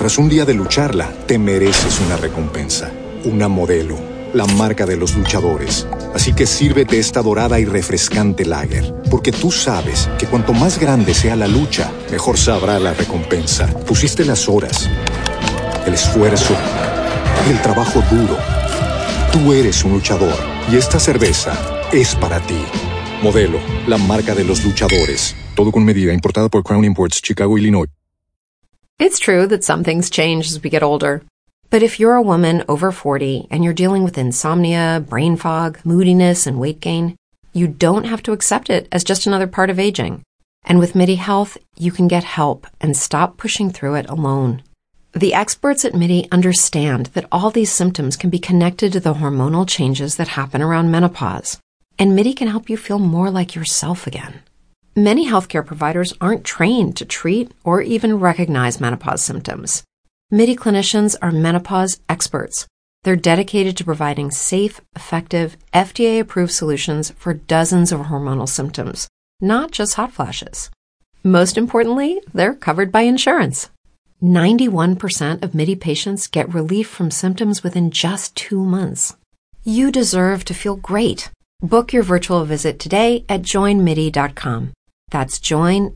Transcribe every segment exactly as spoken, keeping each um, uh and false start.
Tras un día de lucharla, te mereces una recompensa. Una Modelo, la marca de los luchadores. Así que sírvete esta dorada y refrescante lager, porque tú sabes que cuanto más grande sea la lucha, mejor sabrá la recompensa. Pusiste las horas, el esfuerzo, el trabajo duro. Tú eres un luchador y esta cerveza es para ti. Modelo, la marca de los luchadores. Todo con medida, importada por Crown Imports, Chicago, Illinois. It's true that some things change as we get older. But if you're a woman over forty and you're dealing with insomnia, brain fog, moodiness, and weight gain, you don't have to accept it as just another part of aging. And with MIDI Health, you can get help and stop pushing through it alone. The experts at MIDI understand that all these symptoms can be connected to the hormonal changes that happen around menopause. And MIDI can help you feel more like yourself again. Many healthcare providers aren't trained to treat or even recognize menopause symptoms. MIDI clinicians are menopause experts. They're dedicated to providing safe, effective, F D A-approved solutions for dozens of hormonal symptoms, not just hot flashes. Most importantly, they're covered by insurance. ninety-one percent of MIDI patients get relief from symptoms within just two months. You deserve to feel great. Book your virtual visit today at join midi dot com. That's join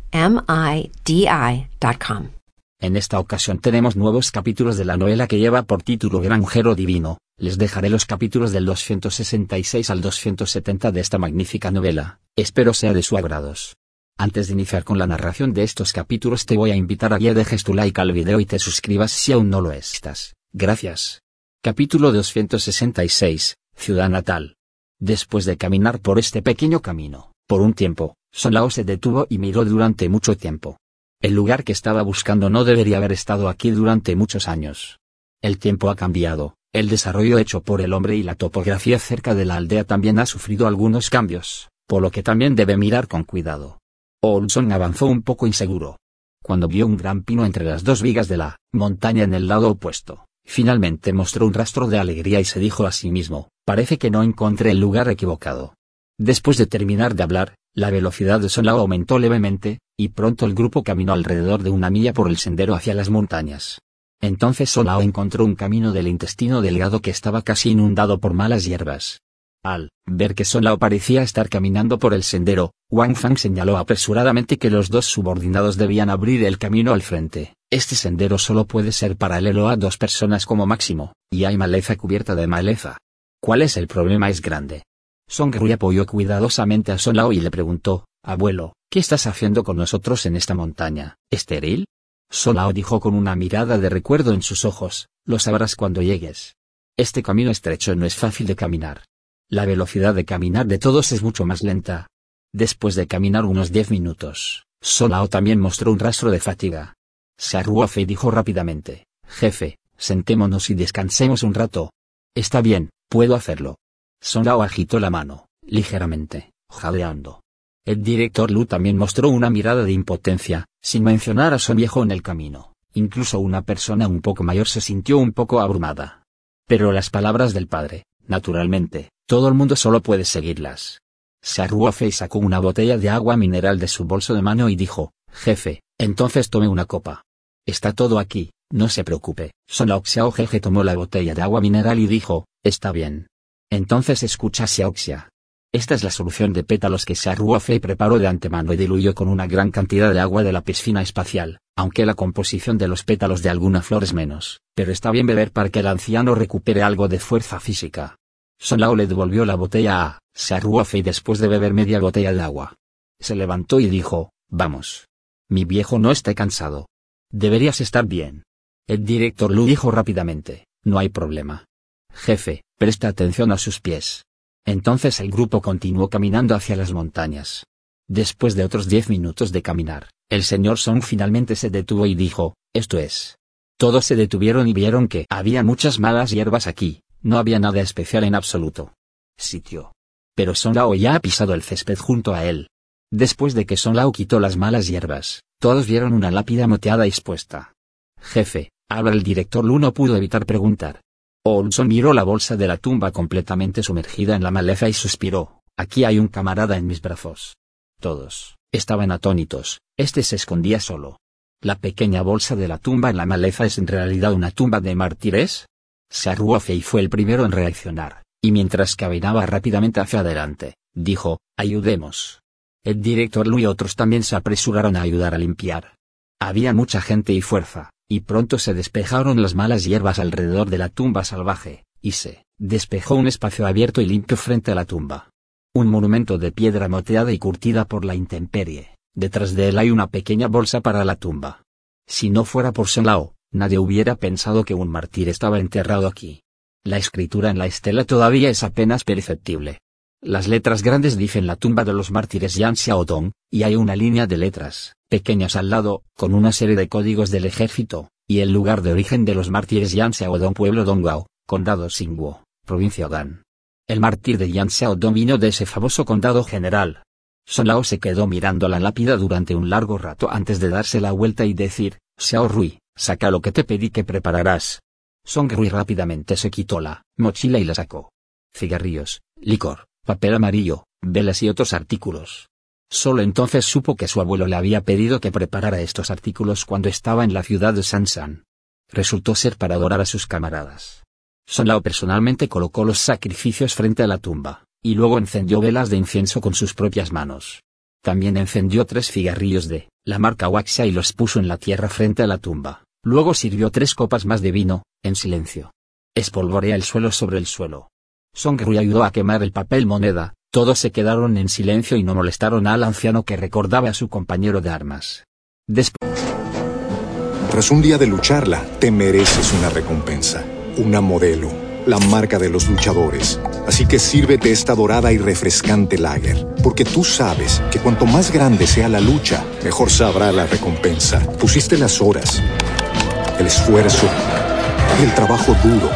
midi dot com. En esta ocasión tenemos nuevos capítulos de la novela que lleva por título Granjero Divino. Les dejaré los capítulos del doscientos sesenta y seis al doscientos setenta de esta magnífica novela. Espero sea de su agrado. Antes de iniciar con la narración de estos capítulos te voy a invitar a que dejes tu like al video y te suscribas si aún no lo estás. Gracias. Capítulo doscientos sesenta y seis, Ciudad Natal. Después de caminar por este pequeño camino, por un tiempo, Son Lao se detuvo y miró durante mucho tiempo. El lugar que estaba buscando no debería haber estado aquí durante muchos años. El tiempo ha cambiado, el desarrollo hecho por el hombre y la topografía cerca de la aldea también ha sufrido algunos cambios, por lo que también debe mirar con cuidado. Olson avanzó un poco inseguro. Cuando vio un gran pino entre las dos vigas de la montaña en el lado opuesto, finalmente mostró un rastro de alegría y se dijo a sí mismo, parece que no encontré el lugar equivocado. Después de terminar de hablar, la velocidad de Son Lao aumentó levemente, y pronto el grupo caminó alrededor de una milla por el sendero hacia las montañas. Entonces Son Lao encontró un camino del intestino delgado que estaba casi inundado por malas hierbas. Al ver que Son Lao parecía estar caminando por el sendero, Wang Fang señaló apresuradamente que los dos subordinados debían abrir el camino al frente. Este sendero solo puede ser paralelo a dos personas como máximo, y hay maleza cubierta de maleza. ¿Cuál es el problema? Es grande. Song Rui apoyó cuidadosamente a Son Lao y le preguntó, abuelo, ¿qué estás haciendo con nosotros en esta montaña? ¿Estéril? Son Lao dijo con una mirada de recuerdo en sus ojos, lo sabrás cuando llegues. Este camino estrecho no es fácil de caminar. La velocidad de caminar de todos es mucho más lenta. Después de caminar unos diez minutos, Son Lao también mostró un rastro de fatiga. Se arrugó y dijo rápidamente, jefe, sentémonos y descansemos un rato. Está bien, puedo hacerlo. Son Lao agitó la mano, ligeramente, jadeando. El director Lu también mostró una mirada de impotencia, sin mencionar a Son Viejo en el camino. Incluso una persona un poco mayor se sintió un poco abrumada. Pero las palabras del padre, naturalmente, todo el mundo solo puede seguirlas. Se arrugó y sacó una botella de agua mineral de su bolso de mano y dijo, jefe, entonces tome una copa. Está todo aquí, no se preocupe. Son Lao Xiaojeje tomó la botella de agua mineral y dijo, está bien. Entonces escucha a Xiaoxia. Esta es la solución de pétalos que se arrugó y preparó de antemano y diluyó con una gran cantidad de agua de la piscina espacial, aunque la composición de los pétalos de alguna flor es menos, pero está bien beber para que el anciano recupere algo de fuerza física. Son Lao le devolvió la botella a se arrugó y después de beber media botella de agua. Se levantó y dijo, vamos. Mi viejo no está cansado. Deberías estar bien. El director Lu dijo rápidamente, no hay problema. Jefe, presta atención a sus pies. Entonces el grupo continuó caminando hacia las montañas. Después de otros diez minutos de caminar, el señor Song finalmente se detuvo y dijo, esto es. Todos se detuvieron y vieron que había muchas malas hierbas aquí, no había nada especial en absoluto. Sitio. Pero Son Lao ya ha pisado el césped junto a él. Después de que Son Lao quitó las malas hierbas, todos vieron una lápida moteada expuesta. Jefe, ahora el director Lu no pudo evitar preguntar. Olson miró la bolsa de la tumba completamente sumergida en la maleza y suspiró, aquí hay un camarada en mis brazos. Todos estaban atónitos, este se escondía solo. ¿La pequeña bolsa de la tumba en la maleza es en realidad una tumba de mártires? Saruofei fue el primero en reaccionar, y mientras caminaba rápidamente hacia adelante, dijo, ayudemos. El director Lu y otros también se apresuraron a ayudar a limpiar. Había mucha gente y fuerza, y pronto se despejaron las malas hierbas alrededor de la tumba salvaje, y se despejó un espacio abierto y limpio frente a la tumba. Un monumento de piedra moteada y curtida por la intemperie. Detrás de él hay una pequeña bolsa para la tumba. Si no fuera por Son Lao, nadie hubiera pensado que un mártir estaba enterrado aquí. La escritura en la estela todavía es apenas perceptible. Las letras grandes dicen la tumba de los mártires Yan Xiaodong, y hay una línea de letras pequeñas al lado, con una serie de códigos del ejército, y el lugar de origen de los mártires Yan Xiaodong, pueblo Donggao, condado Xingguo, provincia Dan. El mártir de Yan Xiaodong vino de ese famoso condado general. Son Lao se quedó mirando la lápida durante un largo rato antes de darse la vuelta y decir, Xiao Rui, saca lo que te pedí que prepararás. Song Rui rápidamente se quitó la mochila y la sacó. Cigarrillos, licor, papel amarillo, velas y otros artículos. Solo entonces supo que su abuelo le había pedido que preparara estos artículos cuando estaba en la ciudad de Sansan. Resultó ser para adorar a sus camaradas. Son Lao personalmente colocó los sacrificios frente a la tumba, y luego encendió velas de incienso con sus propias manos. También encendió tres cigarrillos de la marca Waxia y los puso en la tierra frente a la tumba. Luego sirvió tres copas más de vino, en silencio. Espolvorea el suelo sobre el suelo. Song Rui ayudó a quemar el papel moneda, todos se quedaron en silencio y no molestaron al anciano que recordaba a su compañero de armas. Después... Tras un día de lucharla, te mereces una recompensa. Una modelo, la marca de los luchadores. Así que sírvete esta dorada y refrescante lager, porque tú sabes que cuanto más grande sea la lucha, mejor sabrá la recompensa. Pusiste las horas, el esfuerzo y el trabajo duro.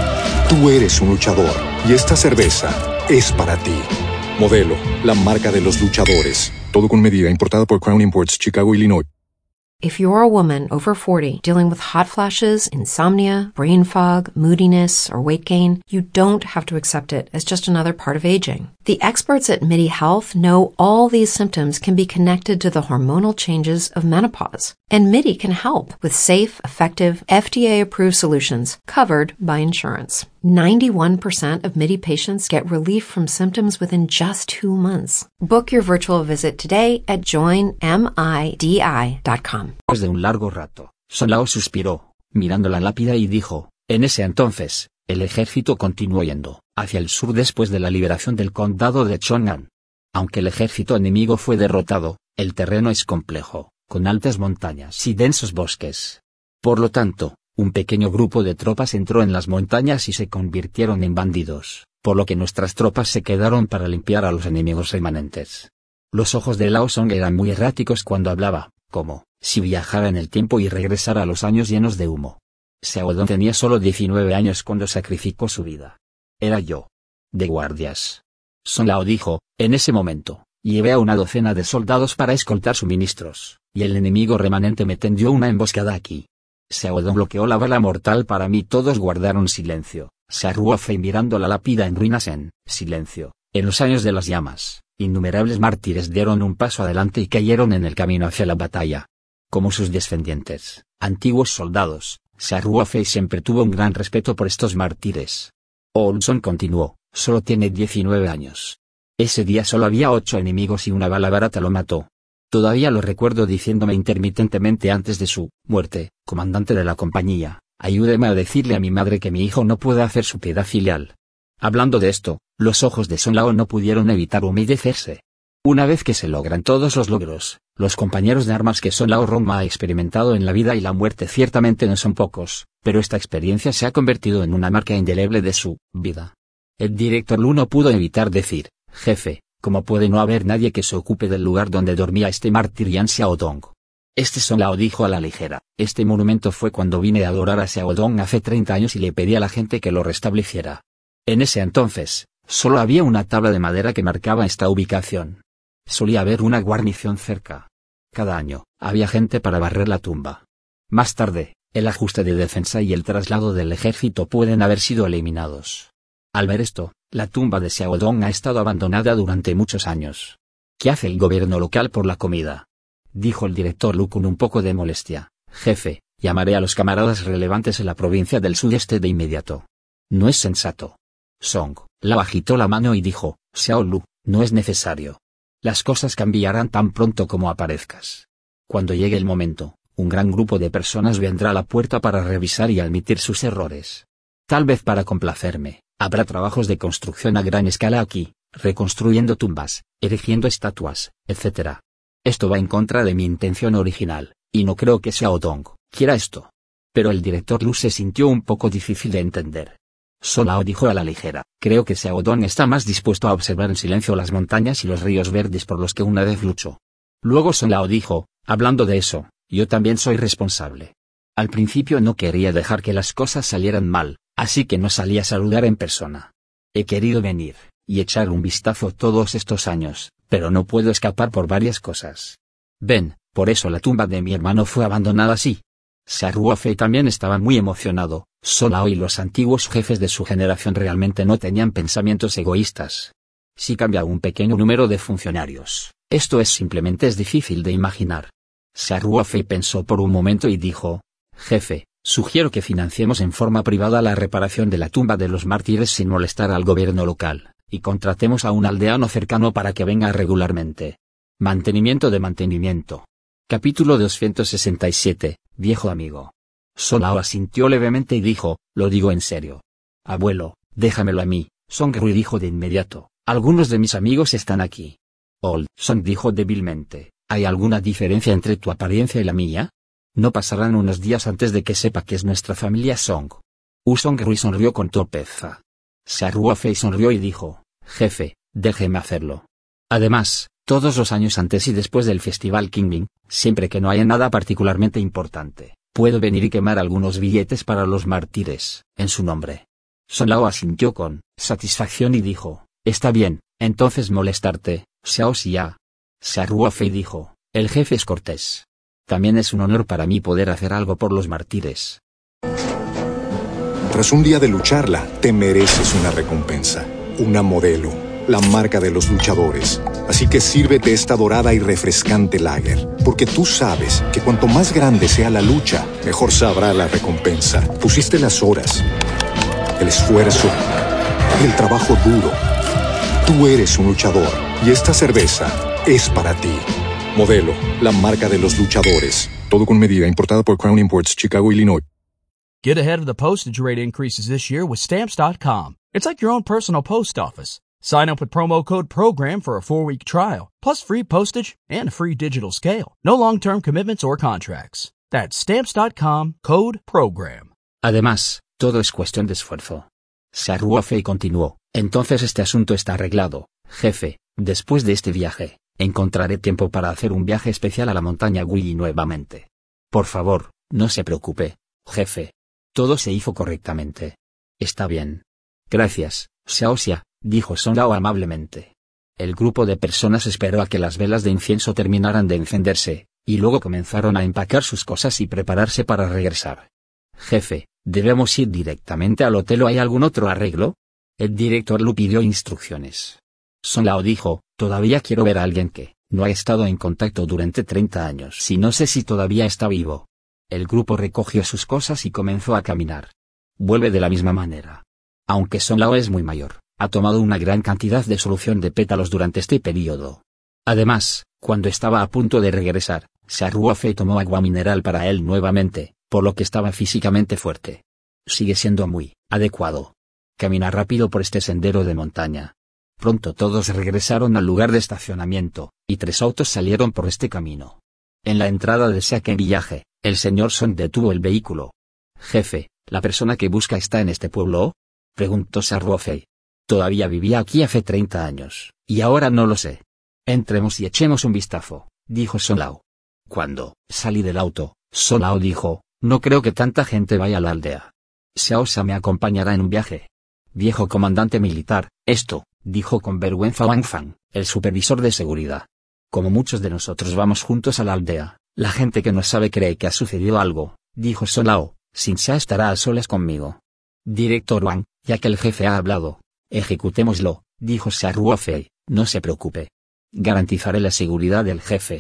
Tú eres un luchador y esta cerveza es para ti. Modelo, la marca de los luchadores. Todo con medida, importada por Crown Imports, Chicago, Illinois. If you're a woman over forty dealing with hot flashes, insomnia, brain fog, moodiness, or weight gain, you don't have to accept it as just another part of aging. The experts at MIDI Health know all these symptoms can be connected to the hormonal changes of menopause. And MIDI can help with safe, effective, F D A-approved solutions covered by insurance. ninety-one percent of MIDI patients get relief from symptoms within just two months. Book your virtual visit today at join midi dot com. Después de un largo rato, Son Lao suspiró, mirando la lápida y dijo, en ese entonces, el ejército continuó yendo hacia el sur después de la liberación del condado de Chong'an. Aunque el ejército enemigo fue derrotado, el terreno es complejo, con altas montañas y densos bosques. Por lo tanto, un pequeño grupo de tropas entró en las montañas y se convirtieron en bandidos, por lo que nuestras tropas se quedaron para limpiar a los enemigos remanentes. Los ojos de Lao Song eran muy erráticos cuando hablaba, como si viajara en el tiempo y regresara a los años llenos de humo. Xiaodong tenía solo diecinueve años cuando sacrificó su vida. Era yo. De guardias. Son Lao dijo, en ese momento, llevé a una docena de soldados para escoltar suministros, y el enemigo remanente me tendió una emboscada aquí. Xiaodong bloqueó la bala mortal para mí. Todos guardaron silencio, Saruofei mirando la lápida en ruinas en silencio. En los años de las llamas, innumerables mártires dieron un paso adelante y cayeron en el camino hacia la batalla. Como sus descendientes, antiguos soldados, Saruofei siempre tuvo un gran respeto por estos mártires. Olson continuó, solo tiene diecinueve años. Ese día solo había ocho enemigos y una bala barata lo mató. Todavía lo recuerdo diciéndome intermitentemente antes de su muerte, comandante de la compañía, ayúdeme a decirle a mi madre que mi hijo no puede hacer su piedad filial. Hablando de esto, los ojos de Son Lao no pudieron evitar humedecerse. Una vez que se logran todos los logros, los compañeros de armas que Son Lao Rongma ha experimentado en la vida y la muerte ciertamente no son pocos, pero esta experiencia se ha convertido en una marca indeleble de su vida. El director Lu no pudo evitar decir, jefe, ¿cómo puede no haber nadie que se ocupe del lugar donde dormía este mártir Yan Xiaodong? Este Son Lao dijo a la ligera, este monumento fue cuando vine a adorar a Xiaodong hace treinta años y le pedí a la gente que lo restableciera. En ese entonces, solo había una tabla de madera que marcaba esta ubicación. Solía haber una guarnición cerca. Cada año, había gente para barrer la tumba. Más tarde, el ajuste de defensa y el traslado del ejército pueden haber sido eliminados. Al ver esto, la tumba de Xiaodong ha estado abandonada durante muchos años. ¿Qué hace el gobierno local por la comida? dijo el director Lu con un poco de molestia. Jefe, llamaré a los camaradas relevantes en la provincia del sudeste de inmediato. No es sensato. Song Lao agitó la mano y dijo, Xiao Lu, no es necesario. Las cosas cambiarán tan pronto como aparezcas. Cuando llegue el momento, un gran grupo de personas vendrá a la puerta para revisar y admitir sus errores. Tal vez para complacerme, habrá trabajos de construcción a gran escala aquí, reconstruyendo tumbas, erigiendo estatuas, etcétera. Esto va en contra de mi intención original, y no creo que Xiao Dong quiera esto. Pero el director Lu se sintió un poco difícil de entender. Sun Lao dijo a la ligera, creo que Xiao Dong está más dispuesto a observar en silencio las montañas y los ríos verdes por los que una vez luchó. Luego Sun Lao dijo, hablando de eso, yo también soy responsable. Al principio no quería dejar que las cosas salieran mal, así que no salí a saludar en persona. He querido venir y echar un vistazo todos estos años, pero no puedo escapar por varias cosas. Ven, por eso la tumba de mi hermano fue abandonada así. Xia Ruofei también estaba muy emocionado. Sun Lao y los antiguos jefes de su generación realmente no tenían pensamientos egoístas. Si cambia un pequeño número de funcionarios, esto es simplemente es difícil de imaginar. Xia Ruofei pensó por un momento y dijo, jefe, sugiero que financiemos en forma privada la reparación de la tumba de los mártires sin molestar al gobierno local, y contratemos a un aldeano cercano para que venga regularmente. Mantenimiento de mantenimiento. Capítulo doscientos sesenta y siete, viejo amigo. Sun Lao asintió levemente y dijo, lo digo en serio. Abuelo, déjamelo a mí. Song Rui dijo de inmediato, algunos de mis amigos están aquí. Old Song dijo débilmente, ¿hay alguna diferencia entre tu apariencia y la mía? No pasarán unos días antes de que sepa que es nuestra familia Song. U Song Rui sonrió con torpeza. Xia Ruofei sonrió y dijo, jefe, déjeme hacerlo. Además, todos los años antes y después del festival Qingming, siempre que no haya nada particularmente importante, puedo venir y quemar algunos billetes para los mártires, en su nombre. Sun Lao asintió con satisfacción y dijo, está bien, entonces molestarte, Xiao Xia. Xia Ruofei dijo, el jefe es cortés. También es un honor para mí poder hacer algo por los mártires. Tras un día de lucharla, te mereces una recompensa, una modelo, la marca de los luchadores. Así que sírvete esta dorada y refrescante lager, porque tú sabes que cuanto más grande sea la lucha, mejor sabrá la recompensa. Pusiste las horas, el esfuerzo, el trabajo duro. Tú eres un luchador, y esta cerveza es para ti. Modelo, la marca de los luchadores. Todo con medida, importada por Crown Imports, Chicago, Illinois. Get ahead of the postage rate increases this year with Stamps dot com. It's like your own personal post office. Sign up with promo code PROGRAM for a four-week trial, plus free postage and a free digital scale. No long-term commitments or contracts. That's Stamps dot com, code PROGRAM. Además, todo es cuestión de esfuerzo. Xia Ruofei continuó, entonces este asunto está arreglado, jefe, después de este viaje, encontraré tiempo para hacer un viaje especial a la montaña Guyi nuevamente. Por favor, no se preocupe, jefe. Todo se hizo correctamente. Está bien. Gracias, Xiao Xia, dijo Sun Lao amablemente. El grupo de personas esperó a que las velas de incienso terminaran de encenderse, y luego comenzaron a empacar sus cosas y prepararse para regresar. Jefe, ¿debemos ir directamente al hotel o hay algún otro arreglo? El director Lu pidió instrucciones. Sun Lao dijo, todavía quiero ver a alguien que no ha estado en contacto durante treinta años y no sé si todavía está vivo. El grupo recogió sus cosas y comenzó a caminar. Vuelve de la misma manera. Aunque Sun Lao es muy mayor, ha tomado una gran cantidad de solución de pétalos durante este periodo. Además, cuando estaba a punto de regresar, Xia Ruofei tomó agua mineral para él nuevamente, por lo que estaba físicamente fuerte. Sigue siendo muy adecuado. Camina rápido por este sendero de montaña. Pronto todos regresaron al lugar de estacionamiento, y tres autos salieron por este camino. En la entrada de Saken Village, el señor Song detuvo el vehículo. Jefe, ¿la persona que busca está en este pueblo? Preguntó Xia Ruofei. Todavía vivía aquí hace treinta años, y ahora no lo sé. Entremos y echemos un vistazo, dijo Sun Lao. Cuando salí del auto, Sun Lao dijo, no creo que tanta gente vaya a la aldea. Xiao Xia me acompañará en un viaje. Viejo comandante militar, esto, dijo con vergüenza Wang Fan, el supervisor de seguridad. Como muchos de nosotros vamos juntos a la aldea, la gente que no sabe cree que ha sucedido algo, dijo Sun Lao, Xin Xia estará a solas conmigo. Director Wang, ya que el jefe ha hablado, ejecutémoslo, dijo Xia Ruofei, no se preocupe. Garantizaré la seguridad del jefe.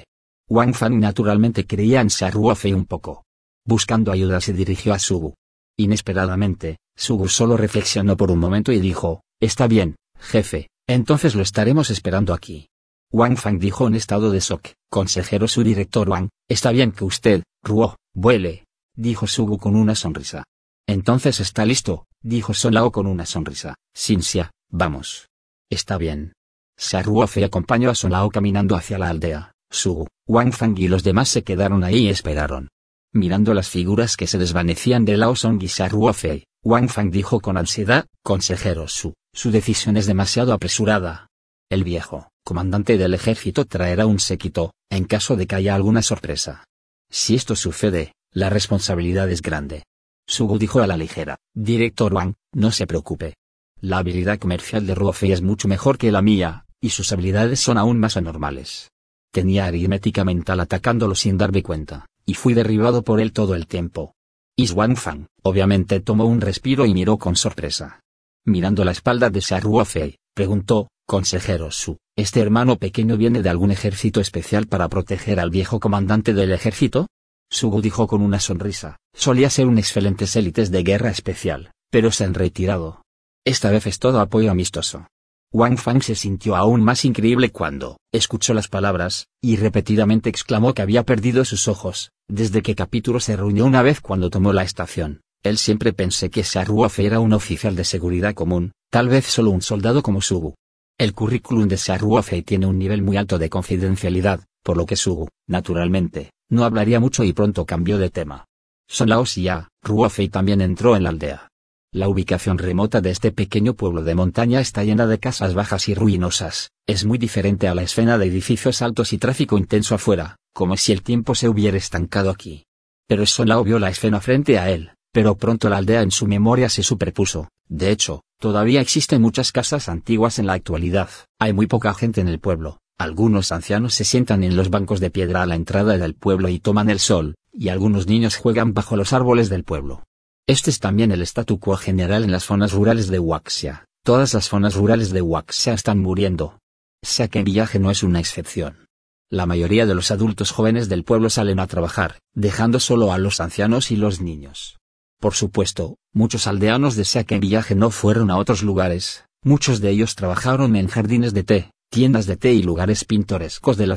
Wang Fang naturalmente creía en Xia Ruofei un poco. Buscando ayuda se dirigió a Sugu. Inesperadamente, Sugu solo reflexionó por un momento y dijo, está bien, jefe, entonces lo estaremos esperando aquí. Wang Fang dijo en estado de shock, consejero su director Wang, está bien que usted, Ruo, vuele, dijo Sugu con una sonrisa. Entonces está listo, dijo Son Lao con una sonrisa, Xinxia, vamos. Está bien. Xia Ruofei acompañó a Son Lao caminando hacia la aldea. Sugu, Wang Fang y los demás se quedaron ahí y esperaron. Mirando las figuras que se desvanecían de Lao Song y Xia Ruofei, Wang Fang dijo con ansiedad, consejero Su, su decisión es demasiado apresurada. El viejo, comandante del ejército traerá un séquito, en caso de que haya alguna sorpresa. Si esto sucede, la responsabilidad es grande. Sugu dijo a la ligera, director Wang, no se preocupe. La habilidad comercial de Ruofei es mucho mejor que la mía, y sus habilidades son aún más anormales. Tenía aritmética mental atacándolo sin darme cuenta, y fui derribado por él todo el tiempo. Is Wang Fang, obviamente tomó un respiro y miró con sorpresa. Mirando la espalda de Xia Ruofei, preguntó, consejero Su, ¿este hermano pequeño viene de algún ejército especial para proteger al viejo comandante del ejército? Sugu dijo con una sonrisa, solía ser un excelente élites de guerra especial, pero se han retirado. Esta vez es todo apoyo amistoso. Wang Fang se sintió aún más increíble cuando escuchó las palabras, y repetidamente exclamó que había perdido sus ojos. Desde que capítulo se reunió una vez cuando tomó la estación, él siempre pensé que Xia Ruofei era un oficial de seguridad común, tal vez solo un soldado como Sugu. El currículum de Xia Ruofei tiene un nivel muy alto de confidencialidad, por lo que Sugu, naturalmente, no hablaría mucho y pronto cambió de tema. Son Lao Xia Ruofei también entró en la aldea. La ubicación remota de este pequeño pueblo de montaña está llena de casas bajas y ruinosas, es muy diferente a la escena de edificios altos y tráfico intenso afuera, como si el tiempo se hubiera estancado aquí. Pero Son Lao vio la escena frente a él, pero pronto la aldea en su memoria se superpuso. De hecho, todavía existen muchas casas antiguas en la actualidad, hay muy poca gente en el pueblo, algunos ancianos se sientan en los bancos de piedra a la entrada del pueblo y toman el sol, y algunos niños juegan bajo los árboles del pueblo. Este es también el statu quo general en las zonas rurales de Huaxia. Todas las zonas rurales de Huaxia están muriendo. Sea que Villaje no es una excepción. La mayoría de los adultos jóvenes del pueblo salen a trabajar, dejando solo a los ancianos y los niños. Por supuesto, muchos aldeanos de Sea que Villaje no fueron a otros lugares, muchos de ellos trabajaron en jardines de té, tiendas de té y lugares pintorescos de la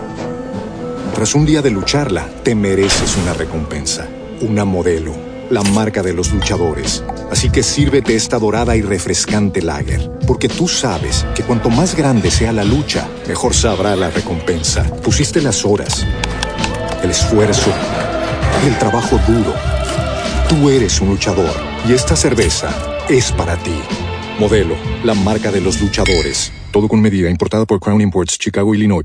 ciudad. Tras un día de lucharla, te mereces una recompensa, una modelo, la marca de los luchadores. Así que sírvete esta dorada y refrescante lager, porque tú sabes que cuanto más grande sea la lucha, mejor sabrá la recompensa. Pusiste las horas, el esfuerzo, el trabajo duro. Tú eres un luchador, y esta cerveza es para ti. Modelo, la marca de los luchadores. Todo con medida, importada por Crown Imports, Chicago, Illinois.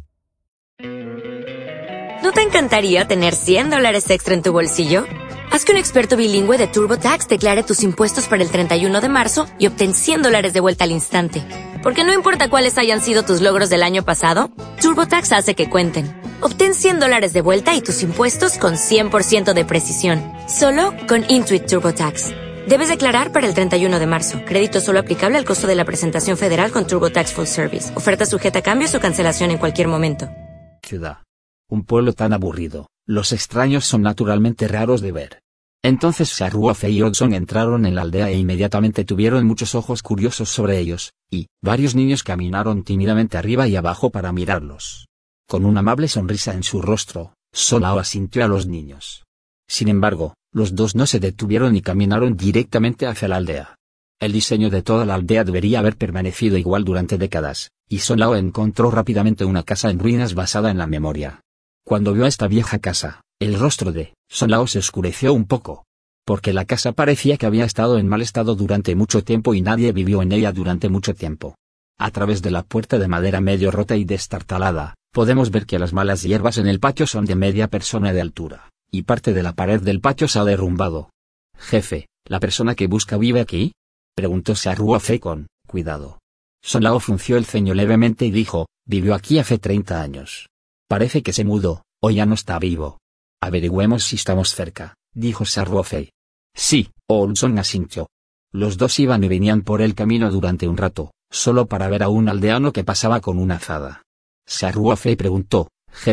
¿No te encantaría tener cien dólares extra en tu bolsillo? Haz que un experto bilingüe de TurboTax declare tus impuestos para el treinta y uno de marzo y obtén cien dólares de vuelta al instante. Porque no importa cuáles hayan sido tus logros del año pasado, TurboTax hace que cuenten. Obtén cien dólares de vuelta y tus impuestos con cien por ciento de precisión. Solo con Intuit TurboTax. Debes declarar para el treinta y uno de marzo. Crédito solo aplicable al costo de la presentación federal con TurboTax Full Service. Oferta sujeta a cambios o cancelación en cualquier momento. Ciudad. Un pueblo tan aburrido. Los extraños son naturalmente raros de ver. Entonces Xia Ruofei y Odson entraron en la aldea e inmediatamente tuvieron muchos ojos curiosos sobre ellos, y varios niños caminaron tímidamente arriba y abajo para mirarlos. Con una amable sonrisa en su rostro, Son Lao asintió a los niños. Sin embargo, los dos no se detuvieron y caminaron directamente hacia la aldea. El diseño de toda la aldea debería haber permanecido igual durante décadas, y Son Lao encontró rápidamente una casa en ruinas basada en la memoria. Cuando vio a esta vieja casa, el rostro de Son Lao se oscureció un poco. Porque la casa parecía que había estado en mal estado durante mucho tiempo y nadie vivió en ella durante mucho tiempo. A través de la puerta de madera medio rota y destartalada, podemos ver que las malas hierbas en el patio son de media persona de altura, y parte de la pared del patio se ha derrumbado. Jefe, ¿la persona que busca vive aquí? Preguntó Xia Ruofei con cuidado. Son Lao frunció el ceño levemente y dijo, vivió aquí hace treinta años. Parece que se mudó, o ya no está vivo. Averigüemos si estamos cerca, dijo Xia Ruofei. Sí, Olson asintió. Los dos iban y venían por el camino durante un rato, solo para ver a un aldeano que pasaba con una azada. Xia Ruofei preguntó, jefe,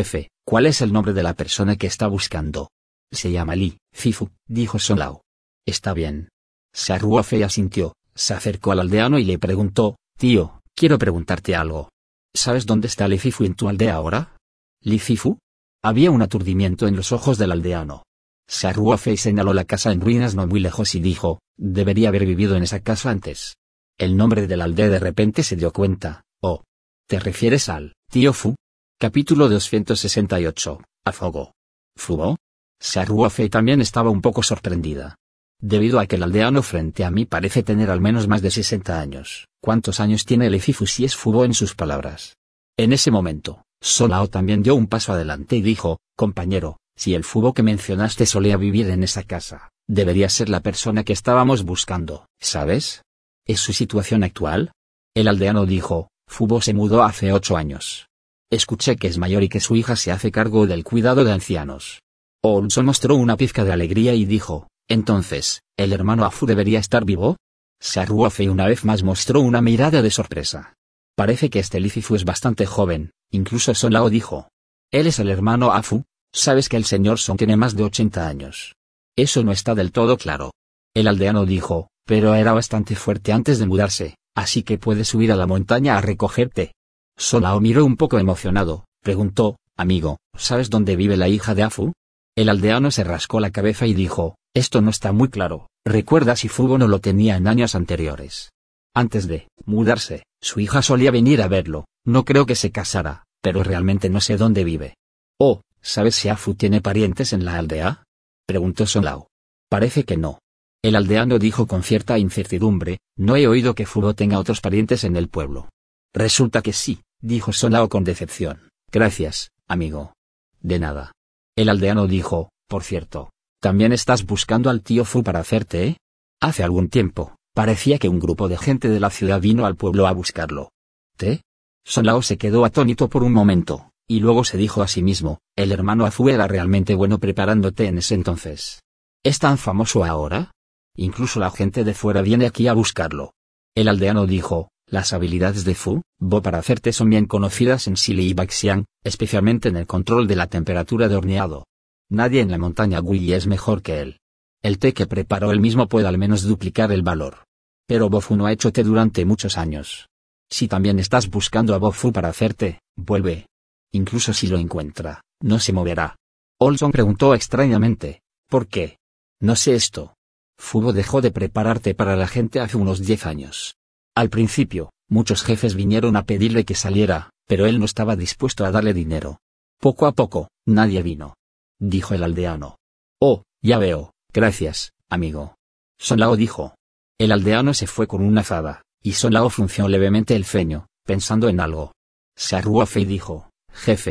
¿Cuál es el nombre de la persona que está buscando? Se llama Li Zifu, dijo Son Lao. Está bien. Xia Ruofei asintió, se acercó al aldeano y le preguntó, tío, quiero preguntarte algo. ¿Sabes dónde está Li Zifu en tu aldea ahora? ¿Li Zifu? Había un aturdimiento en los ojos del aldeano. Xia Ruofei señaló la casa en ruinas no muy lejos y dijo, debería haber vivido en esa casa antes. El nombre de la aldea de repente se dio cuenta. Oh. ¿Te refieres al tío Fu? Capítulo doscientos sesenta y ocho. Afogo. ¿Fubo? Xia Ruofei también estaba un poco sorprendida. Debido a que el aldeano frente a mí parece tener al menos más de sesenta años, ¿cuántos años tiene Li Zifu si es Fubo en sus palabras? En ese momento, Son Lao también dio un paso adelante y dijo, compañero, si el Fubo que mencionaste solía vivir en esa casa, debería ser la persona que estábamos buscando, ¿sabes? ¿Es su situación actual? El aldeano dijo, Fubo se mudó hace ocho años. Escuché que es mayor y que su hija se hace cargo del cuidado de ancianos. Olson mostró una pizca de alegría y dijo, entonces, ¿el hermano Afu debería estar vivo? Xia Ruofei una vez más mostró una mirada de sorpresa. Parece que este Li Zifu es bastante joven, incluso Son Lao dijo. Él es el hermano Afu, sabes que el señor Son tiene más de ochenta años. Eso no está del todo claro. El aldeano dijo, pero era bastante fuerte antes de mudarse, así que puede subir a la montaña a recogerte. Son Lao miró un poco emocionado, preguntó, amigo, ¿sabes dónde vive la hija de Afu? El aldeano se rascó la cabeza y dijo, esto no está muy claro, recuerda si Fubo no lo tenía en años anteriores. Antes de mudarse, su hija solía venir a verlo, no creo que se casara, pero realmente no sé dónde vive. Oh, ¿sabes si Afu tiene parientes en la aldea? Preguntó Son Lao. Parece que no. El aldeano dijo con cierta incertidumbre, no he oído que Fubo tenga otros parientes en el pueblo. Resulta que sí, dijo Son Lao con decepción. Gracias, amigo. De nada. El aldeano dijo, por cierto, ¿también estás buscando al tío Fu para hacerte, eh? Hace algún tiempo, parecía que un grupo de gente de la ciudad vino al pueblo a buscarlo. ¿Te? Son Lao se quedó atónito por un momento, y luego se dijo a sí mismo, el hermano Afu era realmente bueno preparándote en ese entonces. ¿Es tan famoso ahora? Incluso la gente de fuera viene aquí a buscarlo. El aldeano dijo, las habilidades de Fu Bo para hacerte son bien conocidas en Xili y Baxiang, especialmente en el control de la temperatura de horneado. Nadie en la montaña Guyi es mejor que él. El té que preparó él mismo puede al menos duplicar el valor. Pero Bo Fu no ha hecho té durante muchos años. Si también estás buscando a Bo Fu para hacerte, vuelve. Incluso si lo encuentra, no se moverá. Olson preguntó extrañamente, ¿por qué? No sé esto. Fubo dejó de prepararte para la gente hace unos diez años. Al principio, muchos jefes vinieron a pedirle que saliera, pero él no estaba dispuesto a darle dinero. Poco a poco, nadie vino. Dijo el aldeano. Oh, ya veo, gracias, amigo. Son Lao dijo. El aldeano se fue con una fada, y Son Lao frunció levemente el ceño, pensando en algo. Xia Ruofei dijo, jefe.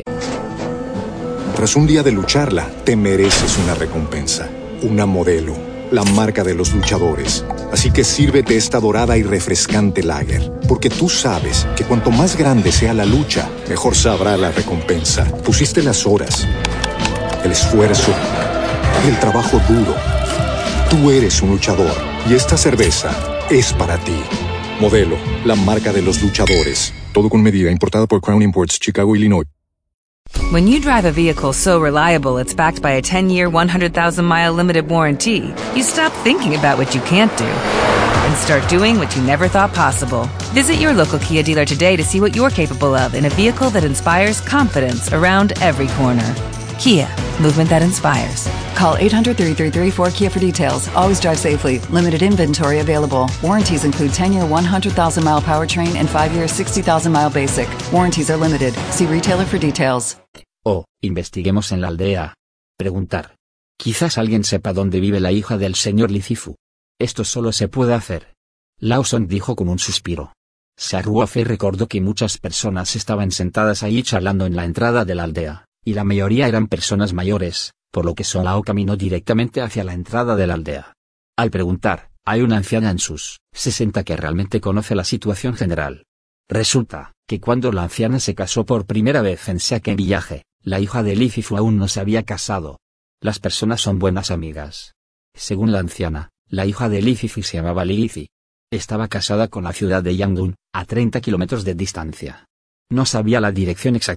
Tras un día de lucharla, te mereces una recompensa, una modelo, la marca de los luchadores. Así que sírvete esta dorada y refrescante lager, porque tú sabes que cuanto más grande sea la lucha, mejor sabrá la recompensa. Pusiste las horas, el esfuerzo, el trabajo duro. Tú eres un luchador, y esta cerveza es para ti. Modelo, la marca de los luchadores. Todo con medida, importada por Crown Imports, Chicago, Illinois. When you drive a vehicle so reliable it's backed by a ten-year, one hundred thousand mile limited warranty, you stop thinking about what you can't do and start doing what you never thought possible. Visit your local Kia dealer today to see what you're capable of in a vehicle that inspires confidence around every corner. Kia, movement that inspires. Call eight hundred, three three three, four Kia for details. Always drive safely. Limited inventory available. Warranties include ten-year, one hundred thousand mile powertrain and five-year, sixty thousand mile basic. Warranties are limited. See retailer for details. Oh, investiguemos en la aldea. Preguntar. Quizás alguien sepa dónde vive la hija del señor Li Zifu. Esto solo se puede hacer. Lawson dijo con un suspiro. Xia Ruofei recordó que muchas personas estaban sentadas ahí charlando en la entrada de la aldea, y la mayoría eran personas mayores, por lo que Son Lao caminó directamente hacia la entrada de la aldea. Al preguntar, hay una anciana en sus sesenta que realmente conoce la situación general. Resulta que cuando la anciana se casó por primera vez en Shaken Village, la hija de Li Zifu aún no se había casado. Las personas son buenas amigas. Según la anciana, la hija de Li Zifu se llamaba Li Zi. Estaba casada con la ciudad de Yangdun, a treinta kilómetros de distancia. No sabía la dirección exacta,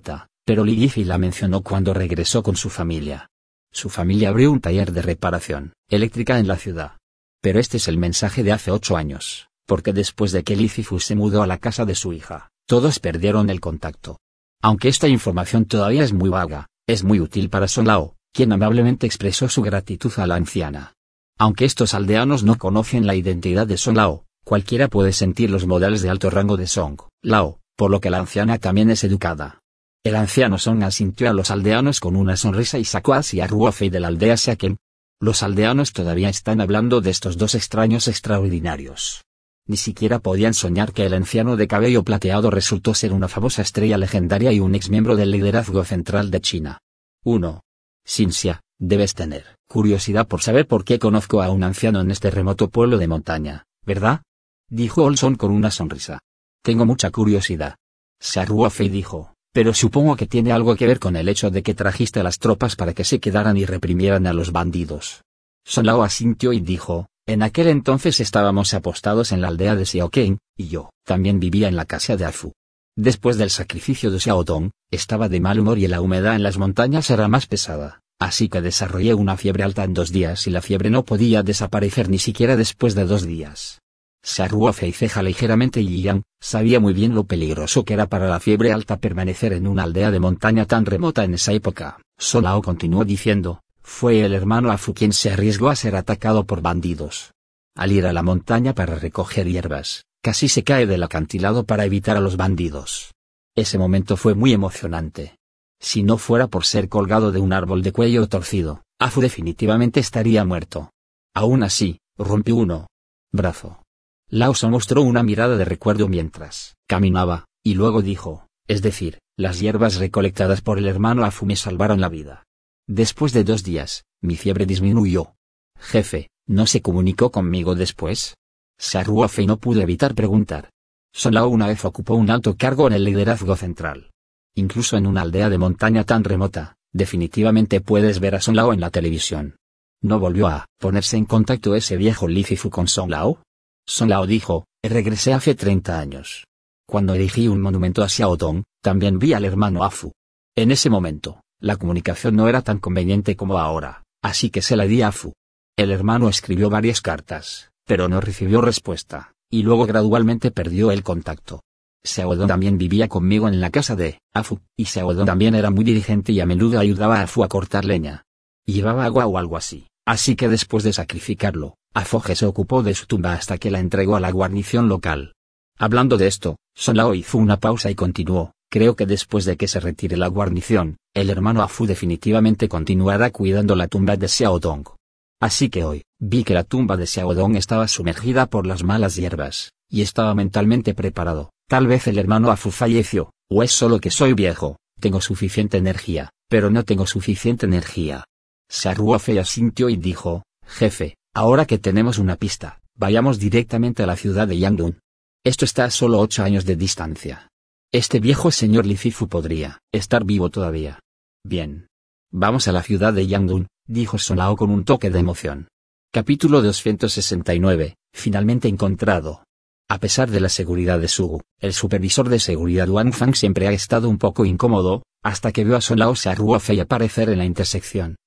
Pero Li Yifei la mencionó cuando regresó con su familia. Su familia abrió un taller de reparación eléctrica en la ciudad. Pero este es el mensaje de hace ocho años, porque después de que Li Zifu se mudó a la casa de su hija, todos perdieron el contacto. Aunque esta información todavía es muy vaga, es muy útil para Song Lao, quien amablemente expresó su gratitud a la anciana. Aunque estos aldeanos no conocen la identidad de Song Lao, cualquiera puede sentir los modales de alto rango de Song Lao, por lo que la anciana también es educada. El anciano Song asintió a los aldeanos con una sonrisa y sacó hacia Ruofei de la aldea Xiaken. Los aldeanos todavía están hablando de estos dos extraños extraordinarios. Ni siquiera podían soñar que el anciano de cabello plateado resultó ser una famosa estrella legendaria y un exmiembro del liderazgo central de China. uno. Xinxia, debes tener curiosidad por saber por qué conozco a un anciano en este remoto pueblo de montaña, ¿verdad? Dijo Olson con una sonrisa. Tengo mucha curiosidad. Xia Ruofei dijo, pero supongo que tiene algo que ver con el hecho de que trajiste a las tropas para que se quedaran y reprimieran a los bandidos. Song Lao asintió y dijo, en aquel entonces estábamos apostados en la aldea de Xiaoquén, y yo también vivía en la casa de Afu. Después del sacrificio de Xiaodong, estaba de mal humor y la humedad en las montañas era más pesada, así que desarrollé una fiebre alta en dos días y la fiebre no podía desaparecer ni siquiera después de dos días. Xia Ruofei ceja ligeramente y Yang sabía muy bien lo peligroso que era para la fiebre alta permanecer en una aldea de montaña tan remota en esa época. Song Lao continuó diciendo, fue el hermano Afu quien se arriesgó a ser atacado por bandidos. Al ir a la montaña para recoger hierbas, casi se cae del acantilado para evitar a los bandidos. Ese momento fue muy emocionante. Si no fuera por ser colgado de un árbol de cuello torcido, Afu definitivamente estaría muerto. Aún así, rompió uno brazo. Lao Song mostró una mirada de recuerdo mientras caminaba, y luego dijo, es decir, las hierbas recolectadas por el hermano Afu me salvaron la vida. Después de dos días, mi fiebre disminuyó. Jefe, ¿no se comunicó conmigo después? Xia Ruofei no pudo evitar preguntar. Song Lao una vez ocupó un alto cargo en el liderazgo central. Incluso en una aldea de montaña tan remota, definitivamente puedes ver a Song Lao en la televisión. ¿No volvió a ponerse en contacto ese viejo Li Zifu con Song Lao? Song Lao dijo, regresé hace treinta años. Cuando erigí un monumento a Xiaodong, también vi al hermano Afu. En ese momento, la comunicación no era tan conveniente como ahora, así que se la di a Afu. El hermano escribió varias cartas, pero no recibió respuesta, y luego gradualmente perdió el contacto. Xiaodong también vivía conmigo en la casa de Afu, y Xiaodong también era muy diligente y a menudo ayudaba a Afu a cortar leña. Llevaba agua o algo así, así que después de sacrificarlo, Afoge se ocupó de su tumba hasta que la entregó a la guarnición local. Hablando de esto, Song Lao hizo una pausa y continuó, creo que después de que se retire la guarnición, el hermano Afu definitivamente continuará cuidando la tumba de Xiaodong. Así que hoy, vi que la tumba de Xiaodong estaba sumergida por las malas hierbas, y estaba mentalmente preparado. Tal vez el hermano Afu falleció, o es solo que soy viejo, tengo suficiente energía, pero no tengo suficiente energía. Xia Ruofei asintió y dijo, jefe, ahora que tenemos una pista, vayamos directamente a la ciudad de Yangdun. Esto está a solo ocho años de distancia. Este viejo señor Li Zifu podría estar vivo todavía. Bien. Vamos a la ciudad de Yangdun, dijo Song Lao con un toque de emoción. Capítulo doscientos sesenta y nueve, finalmente encontrado. A pesar de la seguridad de Sugu, el supervisor de seguridad Wang Fang siempre ha estado un poco incómodo, hasta que vio a Song Lao Xia Ruofei aparecer en la intersección.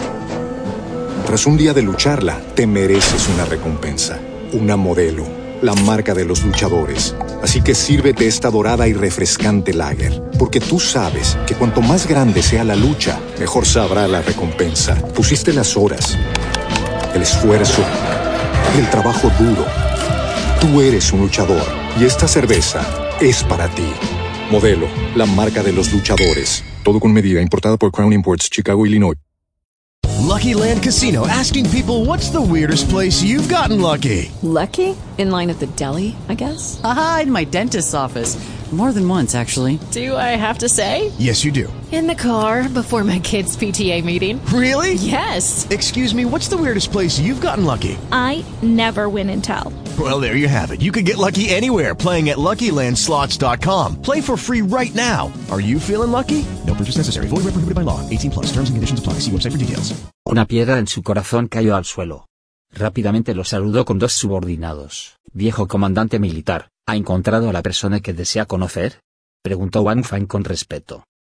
Tras un día de lucharla, te mereces una recompensa, una modelo, la marca de los luchadores. Así que sírvete esta dorada y refrescante lager, porque tú sabes que cuanto más grande sea la lucha, mejor sabrá la recompensa. Pusiste las horas, el esfuerzo, el trabajo duro. Tú eres un luchador, y esta cerveza es para ti. Modelo, la marca de los luchadores. Todo con medida, importada por Crown Imports, Chicago, Illinois. Lucky Land Casino, asking people, what's the weirdest place you've gotten lucky? Lucky? In line at the deli, I guess? Aha, in my dentist's office. More than once, actually. Do I have to say? Yes, you do. In the car, before my kids' P T A meeting. Really? Yes. Excuse me, what's the weirdest place you've gotten lucky? I never win and tell. Well, there you have it. You can get lucky anywhere, playing at Lucky Land Slots dot com. Play for free right now. Are you feeling lucky? No purchase necessary. Void where prohibited by law. eighteen plus. Terms and conditions apply. See website for details. Una piedra en su corazón cayó al suelo. Rápidamente lo saludó con dos subordinados. Viejo comandante militar, ¿ha encontrado a la persona que desea conocer? Preguntó Wang Fang con respeto.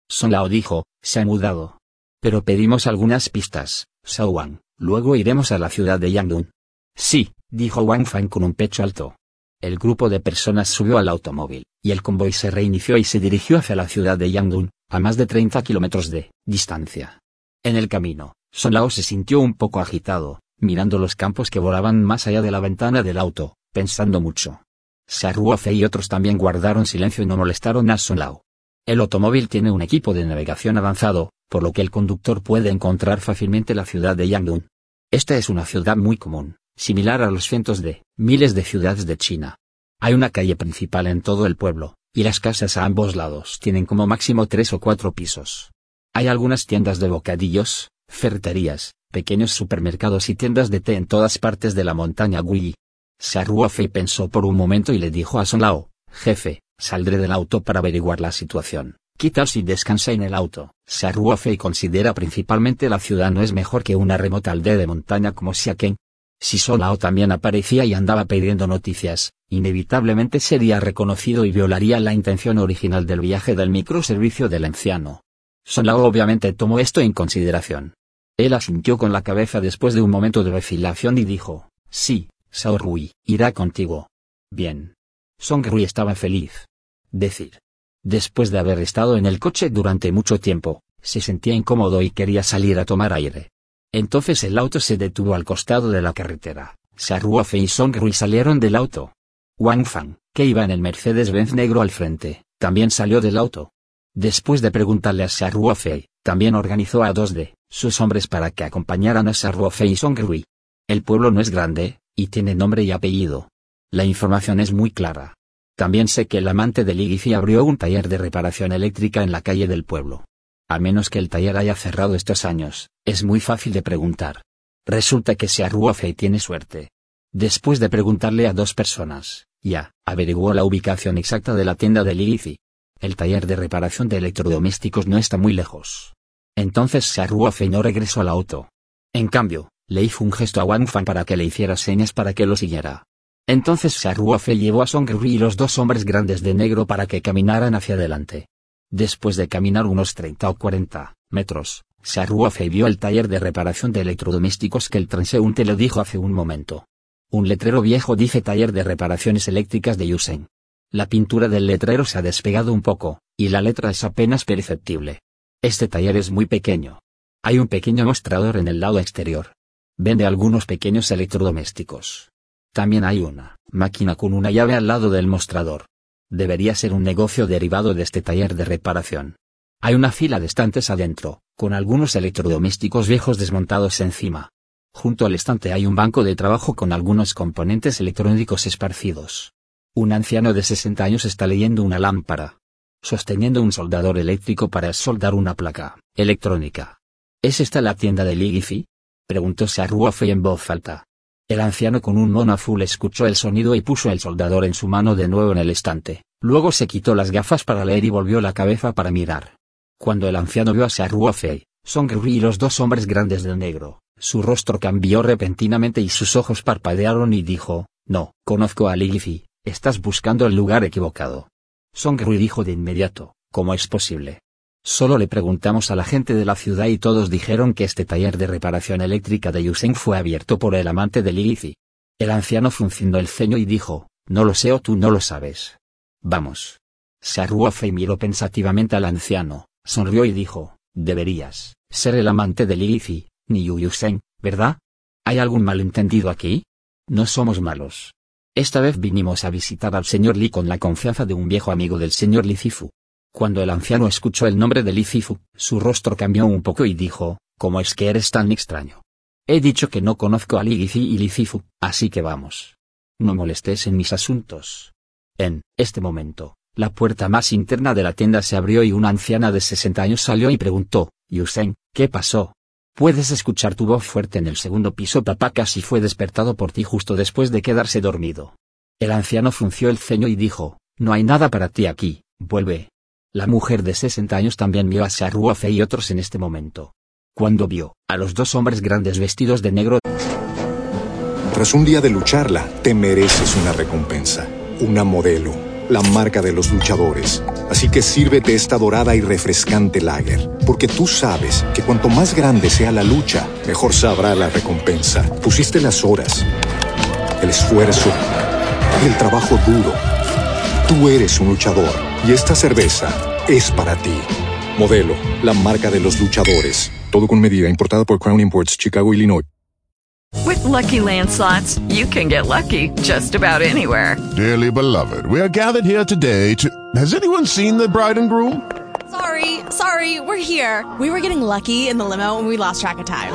Son Lao dijo, se ha mudado. Pero pedimos algunas pistas, Shao Wang, luego iremos a la ciudad de Yangdun. Sí, dijo Wang Fan con un pecho alto. El grupo de personas subió al automóvil, y el convoy se reinició y se dirigió hacia la ciudad de Yangdun, a más de treinta kilómetros de distancia. En el camino, Son Lao se sintió un poco agitado, mirando los campos que volaban más allá de la ventana del auto, pensando mucho. Xia Ruofei y otros también guardaron silencio y no molestaron a Son Lao. El automóvil tiene un equipo de navegación avanzado, por lo que el conductor puede encontrar fácilmente la ciudad de Yangdun. Esta es una ciudad muy común, similar a los cientos de miles de ciudades de China. Hay una calle principal en todo el pueblo, y las casas a ambos lados tienen como máximo tres o cuatro pisos. Hay algunas tiendas de bocadillos, ferreterías, pequeños supermercados y tiendas de té en todas partes de la montaña Guyi. Xia Ruofei pensó por un momento y le dijo a Son Lao, jefe, saldré del auto para averiguar la situación. ¿Qué tal si descansa en el auto? Xia Ruofei considera principalmente la ciudad no es mejor que una remota aldea de montaña como Xiaken. Si Son Lao también aparecía y andaba pidiendo noticias, inevitablemente sería reconocido y violaría la intención original del viaje del microservicio del anciano. Son Lao obviamente tomó esto en consideración. Él asintió con la cabeza después de un momento de vacilación y dijo, sí, Shao Rui, irá contigo. Bien. Song Rui estaba feliz. Decir. Después de haber estado en el coche durante mucho tiempo, se sentía incómodo y quería salir a tomar aire. Entonces el auto se detuvo al costado de la carretera. Xia Ruofei y Song Rui salieron del auto. Wang Fan, que iba en el Mercedes-Benz negro al frente, también salió del auto. Después de preguntarle a Xia Ruofei, también organizó a dos de sus hombres para que acompañaran a Xia Ruofei y Song Rui. El pueblo no es grande, y tiene nombre y apellido. La información es muy clara. También sé que el amante de Li Yifi abrió un taller de reparación eléctrica en la calle del pueblo. A menos que el taller haya cerrado estos años, es muy fácil de preguntar. Resulta que Xia Ruofei tiene suerte. Después de preguntarle a dos personas, ya averiguó la ubicación exacta de la tienda de Li Yifi. El taller de reparación de electrodomésticos no está muy lejos. Entonces Xia Ruofei no regresó al auto. En cambio, le hizo un gesto a Wang Fan para que le hiciera señas para que lo siguiera. Entonces Xia Ruofei llevó a Song Rui y los dos hombres grandes de negro para que caminaran hacia adelante. Después de caminar unos treinta o cuarenta metros, Xia Ruofei vio el taller de reparación de electrodomésticos que el transeúnte le dijo hace un momento. Un letrero viejo dice taller de reparaciones eléctricas de Yusen. La pintura del letrero se ha despegado un poco, y la letra es apenas perceptible. Este taller es muy pequeño. Hay un pequeño mostrador en el lado exterior. Vende algunos pequeños electrodomésticos. También hay una máquina con una llave al lado del mostrador. Debería ser un negocio derivado de este taller de reparación. Hay una fila de estantes adentro, con algunos electrodomésticos viejos desmontados encima. Junto al estante hay un banco de trabajo con algunos componentes electrónicos esparcidos. Un anciano de sesenta años está leyendo una lámpara, sosteniendo un soldador eléctrico para soldar una placa electrónica. ¿Es esta la tienda de Li Yifi?, preguntó Xia Ruofei en voz alta. El anciano con un mono azul escuchó el sonido y puso el soldador en su mano de nuevo en el estante. Luego se quitó las gafas para leer y volvió la cabeza para mirar. Cuando el anciano vio a Xia Ruofei, Song Rui y los dos hombres grandes de negro, su rostro cambió repentinamente y sus ojos parpadearon y dijo, no, conozco a Li Yifi, estás buscando el lugar equivocado. Song Rui dijo de inmediato, ¿cómo es posible? Solo le preguntamos a la gente de la ciudad y todos dijeron que este taller de reparación eléctrica de Yusen fue abierto por el amante de Li Yifi. El anciano frunció el ceño y dijo, no lo sé o tú no lo sabes. Vamos. Xia Ruofei miró pensativamente al anciano, sonrió y dijo, deberías ser el amante de Li Yifi, ni Yu Yusen, ¿verdad? ¿Hay algún malentendido aquí? No somos malos. Esta vez vinimos a visitar al señor Li con la confianza de un viejo amigo del señor Li Zifu. Cuando el anciano escuchó el nombre de Li Zifu, su rostro cambió un poco y dijo, ¿cómo es que eres tan extraño? He dicho que no conozco a Li Yifi y Li Zifu, así que vamos. No molestes en mis asuntos. En este momento, la puerta más interna de la tienda se abrió y una anciana de sesenta años salió y preguntó, Yusen, ¿qué pasó? Puedes escuchar tu voz fuerte en el segundo piso. Papá casi fue despertado por ti justo después de quedarse dormido. El anciano frunció el ceño y dijo, no hay nada para ti aquí, vuelve. La mujer de sesenta años también vio a Xia Ruofei y otros en este momento. Cuando vio a los dos hombres grandes vestidos de negro. Tras un día de lucharla, te mereces una recompensa, una modelo, la marca de los luchadores. Así que sírvete esta dorada y refrescante lager, porque tú sabes que cuanto más grande sea la lucha, mejor sabrá la recompensa. Pusiste las horas, el esfuerzo, el trabajo duro. Tú eres un luchador y esta cerveza es para ti. Modelo, la marca de los luchadores. Todo con medida, importada por Crown Imports, Chicago, Illinois. With Lucky Land Slots, you can get lucky just about anywhere. Dearly beloved, we are gathered here today to... Has anyone seen the bride and groom? Sorry, sorry, we're here. We were getting lucky in the limo and we lost track of time.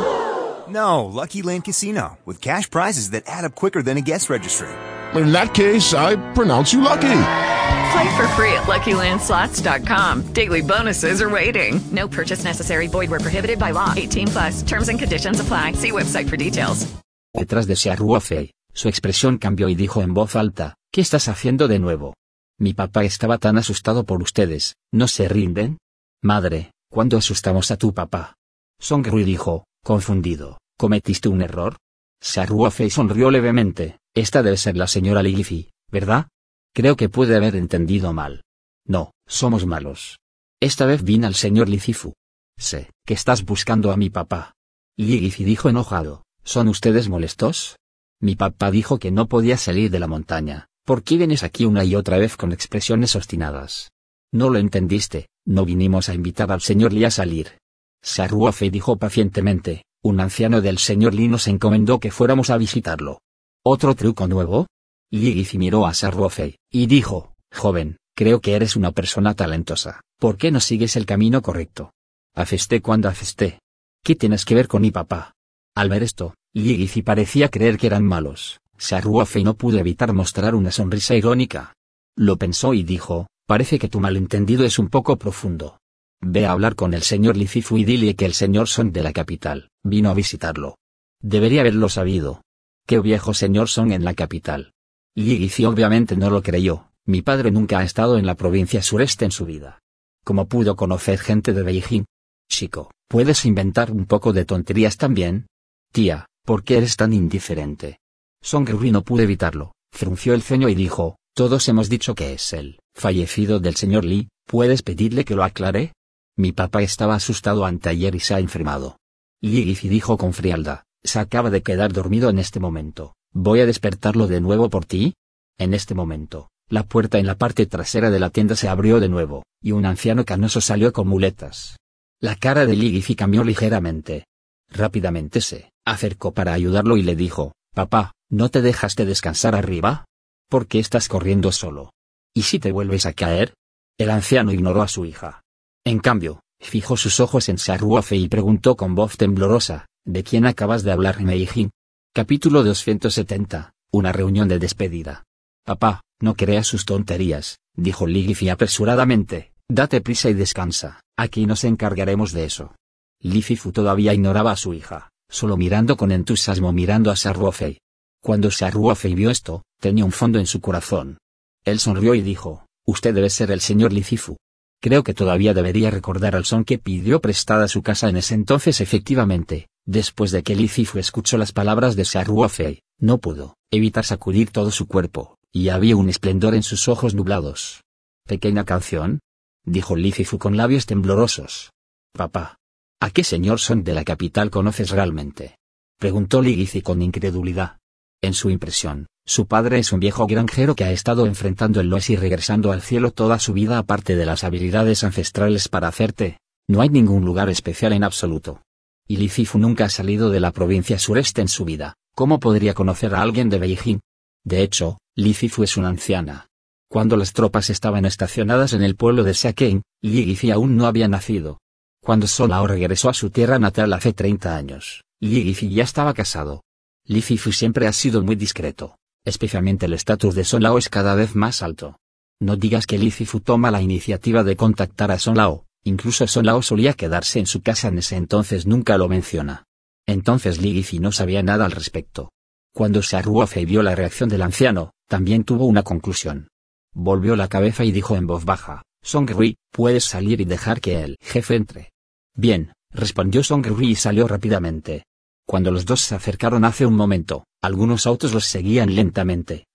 No, Lucky Land Casino, with cash prizes that add up quicker than a guest registry. In that case, I pronounce you lucky. Play for free at Lucky Land Slots dot com. Daily bonuses are waiting. No purchase necessary. Void where prohibited by law. eighteen plus. Terms and conditions apply. See website for details. Detrás de Sia Ruofei, su expresión cambió y dijo en voz alta, ¿qué estás haciendo de nuevo? Mi papá estaba tan asustado por ustedes, ¿no se rinden? Madre, ¿cuándo asustamos a tu papá? Song Rui dijo, confundido, ¿cometiste un error? Sia Ruofei sonrió levemente, esta debe ser la señora Li Yifi, ¿verdad? Creo que puede haber entendido mal. No, somos malos. Esta vez vine al señor Li Zifu. Sé que estás buscando a mi papá. Li Yifi dijo enojado, ¿son ustedes molestos? Mi papá dijo que no podía salir de la montaña. ¿Por qué vienes aquí una y otra vez con expresiones obstinadas? No lo entendiste, no vinimos a invitar al señor Li a salir. Sia Ruofei dijo pacientemente, un anciano del señor Li nos encomendó que fuéramos a visitarlo. ¿Otro truco nuevo? Li Yifi miró a Sia Ruofei, y dijo, joven, creo que eres una persona talentosa, ¿por qué no sigues el camino correcto? Afesté cuando afesté. ¿Qué tienes que ver con mi papá? Al ver esto, Li Yifi parecía creer que eran malos. Sia Ruofei no pudo evitar mostrar una sonrisa irónica. Lo pensó y dijo, parece que tu malentendido es un poco profundo. Ve a hablar con el señor Li Zifu y dile que el señor Song de la capital vino a visitarlo. Debería haberlo sabido. Qué viejo señor Song en la capital. Li Yifi obviamente no lo creyó, mi padre nunca ha estado en la provincia sureste en su vida. ¿Cómo pudo conocer gente de Beijing? Chico, ¿puedes inventar un poco de tonterías también? Tía, ¿por qué eres tan indiferente? Song Rui no pudo evitarlo, frunció el ceño y dijo, todos hemos dicho que es el fallecido del señor Li, ¿puedes pedirle que lo aclare? Mi papá estaba asustado anteayer y se ha enfermado. Li Yifi dijo con frialdad, se acaba de quedar dormido en este momento. ¿Voy a despertarlo de nuevo por ti? En este momento, la puerta en la parte trasera de la tienda se abrió de nuevo, y un anciano canoso salió con muletas. La cara de Li Yifi cambió ligeramente. Rápidamente se acercó para ayudarlo y le dijo, papá, ¿no te dejaste descansar arriba? ¿Por qué estás corriendo solo? ¿Y si te vuelves a caer? El anciano ignoró a su hija. En cambio, fijó sus ojos en Sia Ruofei y preguntó con voz temblorosa, ¿de quién acabas de hablar en Beijing? Capítulo doscientos setenta, una reunión de despedida. Papá, no creas sus tonterías, dijo Li Yifi apresuradamente, date prisa y descansa, aquí nos encargaremos de eso. Li Zifu todavía ignoraba a su hija, solo mirando con entusiasmo mirando a Sia Ruofei. Cuando Sia Ruofei vio esto, tenía un fondo en su corazón. Él sonrió y dijo, usted debe ser el señor Li Zifu. Creo que todavía debería recordar al Song que pidió prestada su casa en ese entonces efectivamente. Después de que Li Zifu escuchó las palabras de Sia Ruofei, no pudo evitar sacudir todo su cuerpo, y había un esplendor en sus ojos nublados. ¿Pequeña canción? Dijo Li Zifu con labios temblorosos. Papá, ¿a qué señor Song de la capital conoces realmente? Preguntó Li Yifi con incredulidad. En su impresión, su padre es un viejo granjero que ha estado enfrentando el loes y regresando al cielo toda su vida aparte de las habilidades ancestrales para hacer té. No hay ningún lugar especial en absoluto. Y Li Zifu nunca ha salido de la provincia sureste en su vida, ¿cómo podría conocer a alguien de Beijing? De hecho, Li Zifu es una anciana. Cuando las tropas estaban estacionadas en el pueblo de Xiaquén, Li Yifi aún no había nacido. Cuando Son Lao regresó a su tierra natal hace treinta años, Li Yifi ya estaba casado. Li Zifu siempre ha sido muy discreto, especialmente el estatus de Son Lao es cada vez más alto. No digas que Li Zifu toma la iniciativa de contactar a Son Lao. Incluso Son Lao solía quedarse en su casa en ese entonces nunca lo menciona. Entonces Li Yifi no sabía nada al respecto. Cuando Sia Ruofei vio la reacción del anciano, también tuvo una conclusión. Volvió la cabeza y dijo en voz baja, Song Rui, puedes salir y dejar que el jefe entre. Bien, respondió Song Rui y salió rápidamente. Cuando los dos se acercaron hace un momento, algunos autos los seguían lentamente,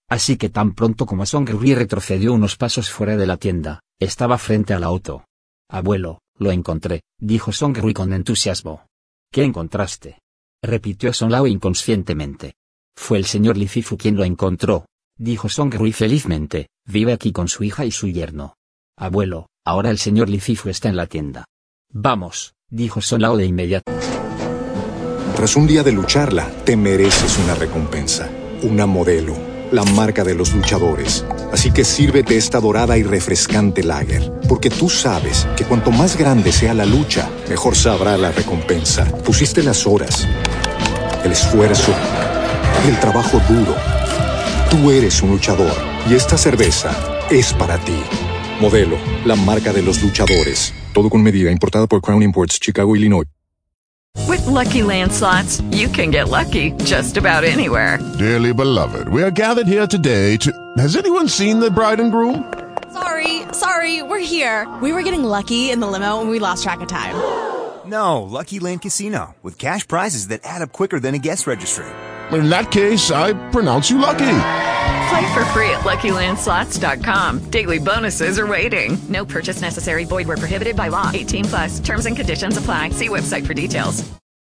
Así que tan pronto como Song Rui retrocedió unos pasos fuera de la tienda, estaba frente al auto. Abuelo, lo encontré, dijo Song Rui con entusiasmo. ¿Qué encontraste? Repitió Son Lao inconscientemente. Fue el señor Li Zifu quien lo encontró, dijo Song Rui felizmente, vive aquí con su hija y su yerno. Abuelo, ahora el señor Li Zifu está en la tienda. Vamos, dijo Son Lao de inmediato. Tras un día de lucharla, te mereces una recompensa, una modelo, la marca de los luchadores. Así que sírvete esta dorada y refrescante lager, porque tú sabes que cuanto más grande sea la lucha, mejor sabrá la recompensa. Pusiste las horas, el esfuerzo y el trabajo duro. Tú eres un luchador y esta cerveza es para ti. Modelo, la marca de los luchadores. Todo con medida, importada por Crown Imports, Chicago, Illinois. With Lucky Land Slots, you can get lucky just about anywhere. Dearly beloved, we are gathered here today to... Has anyone seen the bride and groom? Sorry, sorry, we're here. We were getting lucky in the limo and we lost track of time. No, Lucky Land Casino, with cash prizes that add up quicker than a guest registry. In that case, I pronounce you lucky. Play for free at Lucky Land Slots dot com. Daily bonuses are waiting. No purchase necessary. Void where prohibited by law. eighteen plus. Terms and conditions apply. See website for details.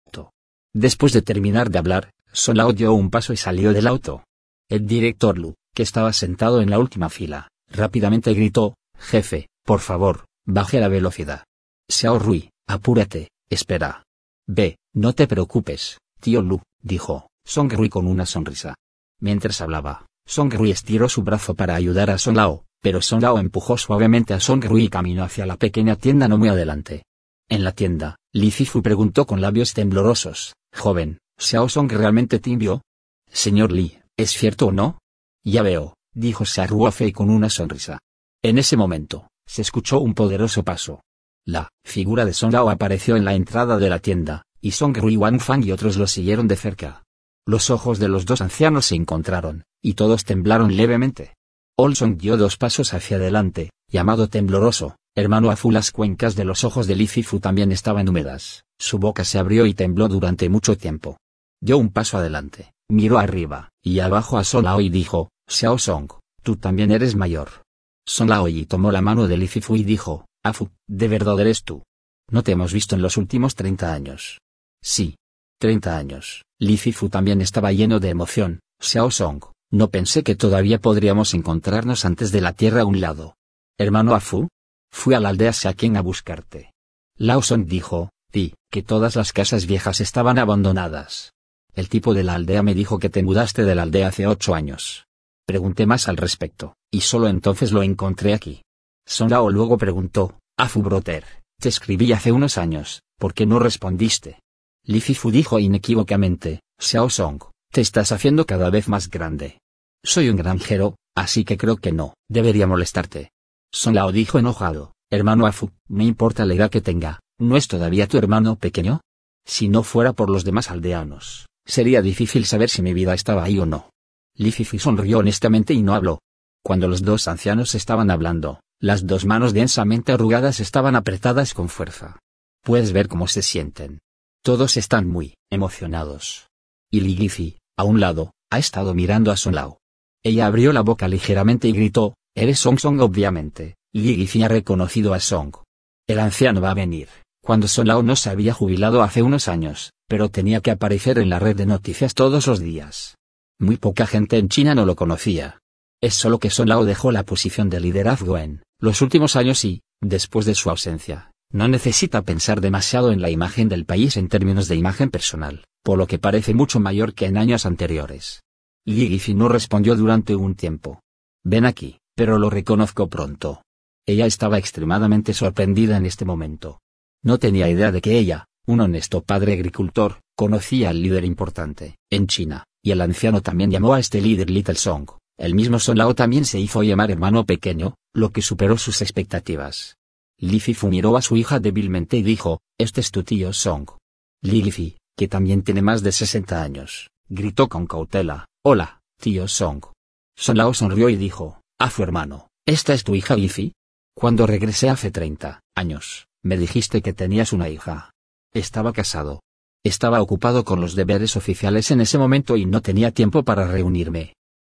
Después de terminar de hablar, Son Lao dio un paso y salió del auto. El director Lu, que estaba sentado en la última fila, rápidamente gritó, «Jefe, por favor, baje la velocidad». «Xiao Rui, apúrate, espera». «Ve, no te preocupes, tío Lu», dijo Song Rui con una sonrisa. Mientras hablaba, Song Rui estiró su brazo para ayudar a Son Lao, pero Son Lao empujó suavemente a Song Rui y caminó hacia la pequeña tienda no muy adelante. En la tienda, Li Zifu preguntó con labios temblorosos, «Joven, ¿Xiao Song realmente te envió?» «Señor Li, ¿es cierto o no?» «Ya veo», dijo Xiao Ruofei con una sonrisa. En ese momento, se escuchó un poderoso paso. La figura de Son Lao apareció en la entrada de la tienda, y Song Rui, Wang Fang y otros lo siguieron de cerca. Los ojos de los dos ancianos se encontraron, y todos temblaron levemente. Olson dio dos pasos hacia adelante, llamado tembloroso, hermano Afu. Las cuencas de los ojos de Li Zifu también estaban húmedas, su boca se abrió y tembló durante mucho tiempo. Dio un paso adelante, miró arriba y abajo a Son Lao y dijo, «Xiao Song, tú también eres mayor». Son Lao y tomó la mano de Li Zifu y dijo, «Afu, ¿de verdad eres tú? No te hemos visto en los últimos treinta años». «Sí. treinta años». Li Zifu también estaba lleno de emoción. «Xiao Song, no pensé que todavía podríamos encontrarnos antes de la tierra a un lado». «Hermano Afu, fui a la aldea Xiaqing a buscarte». Lao Song dijo, «Di, que todas las casas viejas estaban abandonadas. El tipo de la aldea me dijo que te mudaste de la aldea hace ocho años. Pregunté más al respecto, y solo entonces lo encontré aquí». Son Lao luego preguntó, «Afu Brother, te escribí hace unos años, ¿por qué no respondiste?» Li Zifu dijo inequívocamente, «Xiao Song, te estás haciendo cada vez más grande. Soy un granjero, así que creo que no debería molestarte». Son Lao dijo enojado, «Hermano Afu, no importa la edad que tenga, ¿no es todavía tu hermano pequeño? Si no fuera por los demás aldeanos, sería difícil saber si mi vida estaba ahí o no». Li Zifu sonrió honestamente y no habló. Cuando los dos ancianos estaban hablando, las dos manos densamente arrugadas estaban apretadas con fuerza. Puedes ver cómo se sienten. Todos están muy emocionados. Y Li Zifu, a un lado, ha estado mirando a Son Lao. Ella abrió la boca ligeramente y gritó, «Eres Song Song obviamente». Li Zifu ha reconocido a Song. El anciano va a venir. Cuando Son Lao no se había jubilado hace unos años, pero tenía que aparecer en la red de noticias todos los días. Muy poca gente en China no lo conocía. Es solo que Son Lao dejó la posición de liderazgo en los últimos años y, después de su ausencia, no necesita pensar demasiado en la imagen del país en términos de imagen personal, por lo que parece mucho mayor que en años anteriores. Li Zifu no respondió durante un tiempo. «Ven aquí, pero lo reconozco pronto». Ella estaba extremadamente sorprendida en este momento. No tenía idea de que ella, un honesto padre agricultor, conocía al líder importante en China, y el anciano también llamó a este líder Little Song. El mismo Son Lao también se hizo llamar hermano pequeño, lo que superó sus expectativas. Li Zifu miró a su hija débilmente y dijo, «Este es tu tío Song». Li Zifu, que también tiene más de sesenta años, gritó con cautela, «Hola, tío Song». Son Lao sonrió y dijo, «Afu hermano, ¿esta es tu hija Li Zifu? Cuando regresé hace treinta años, me dijiste que tenías una hija». Estaba casado. Estaba ocupado con los deberes oficiales en ese momento y no tenía tiempo para reunirme.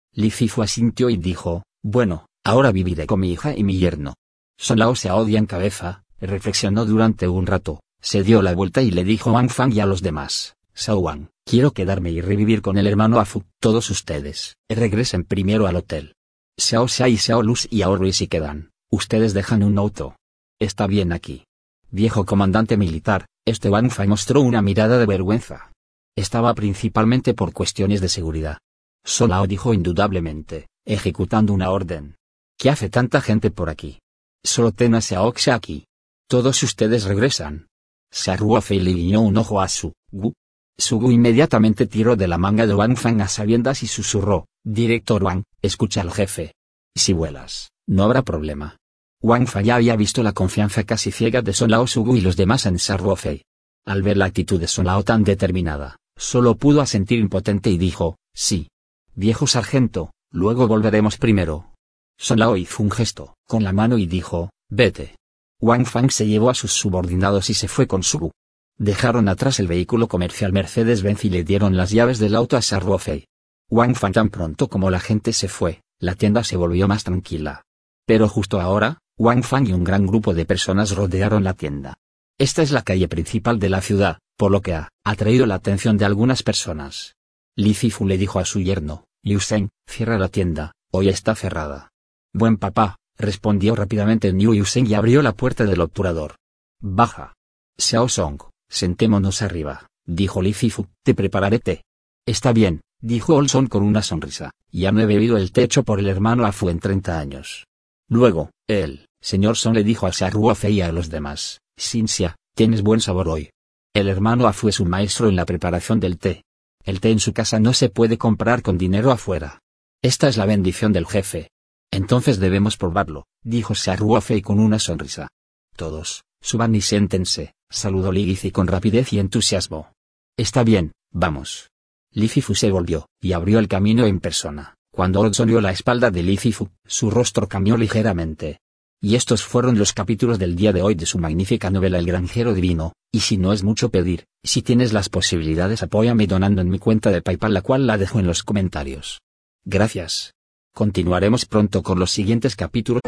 Li Zifu asintió y dijo, bueno, ahora viviré con mi hija y mi yerno. Son Lao se odia en cabeza, reflexionó durante un rato, se dio la vuelta y le dijo a Wang Fang y a los demás, Xiao Wang, quiero quedarme y revivir con el hermano Afu, todos ustedes, regresen primero al hotel. Xiao Xia y Xiao Luz y Aorui si quedan, ustedes dejan un auto. Está bien aquí. Viejo comandante militar, este Wang Fang mostró una mirada de vergüenza. Estaba principalmente por cuestiones de seguridad. Son Lao dijo indudablemente, ejecutando una orden. ¿Qué hace tanta gente por aquí? Solo ten a Xiao Xia aquí. Todos ustedes regresan. Xia Ruofei le guiñó un ojo a Su Gu. Su Gu inmediatamente tiró de la manga de Wang Fang a sabiendas y susurró, Director Wang, escucha al jefe. Si vuelas, no habrá problema. Wang Fang ya había visto la confianza casi ciega de Son Lao, Su Gu y los demás en Xia Ruofei. Al ver la actitud de Son Lao tan determinada, solo pudo asentir impotente y dijo, sí. Viejo sargento, luego volveremos primero. Son Lao hizo un gesto con la mano y dijo, vete. Wang Fang se llevó a sus subordinados y se fue con Su Gu. Dejaron atrás el vehículo comercial Mercedes-Benz y le dieron las llaves del auto a Xia Ruofei. Wang Fang tan pronto como la gente se fue, la tienda se volvió más tranquila. Pero justo ahora, Wang Fang y un gran grupo de personas rodearon la tienda. Esta es la calle principal de la ciudad, por lo que ha atraído la atención de algunas personas. Li Zifu le dijo a su yerno, Liu Zheng, cierra la tienda, hoy está cerrada. Buen papá, respondió rápidamente Liu Zheng y abrió la puerta del obturador. Baja. Xiao Song, sentémonos arriba, dijo Li Zifu, te prepararé té. Está bien, dijo Olson con una sonrisa, ya no he bebido el té hecho por el hermano Afu en treinta años. Luego, él, señor Song le dijo a Xia Ruofei y a los demás, Xinxia, tienes buen sabor hoy. El hermano Afu es un maestro en la preparación del té. El té en su casa no se puede comprar con dinero afuera. Esta es la bendición del jefe. Entonces debemos probarlo, dijo Xia Ruofei con una sonrisa. Todos, suban y siéntense, saludó Li Zifu con rapidez y entusiasmo. Está bien, vamos. Li Zifu se volvió, y abrió el camino en persona. Cuando Olson vio la espalda de Li Zifu, su rostro cambió ligeramente. Y estos fueron los capítulos del día de hoy de su magnífica novela El granjero divino, y si no es mucho pedir, si tienes las posibilidades apóyame donando en mi cuenta de PayPal, la cual la dejo en los comentarios. Gracias. Continuaremos pronto con los siguientes capítulos.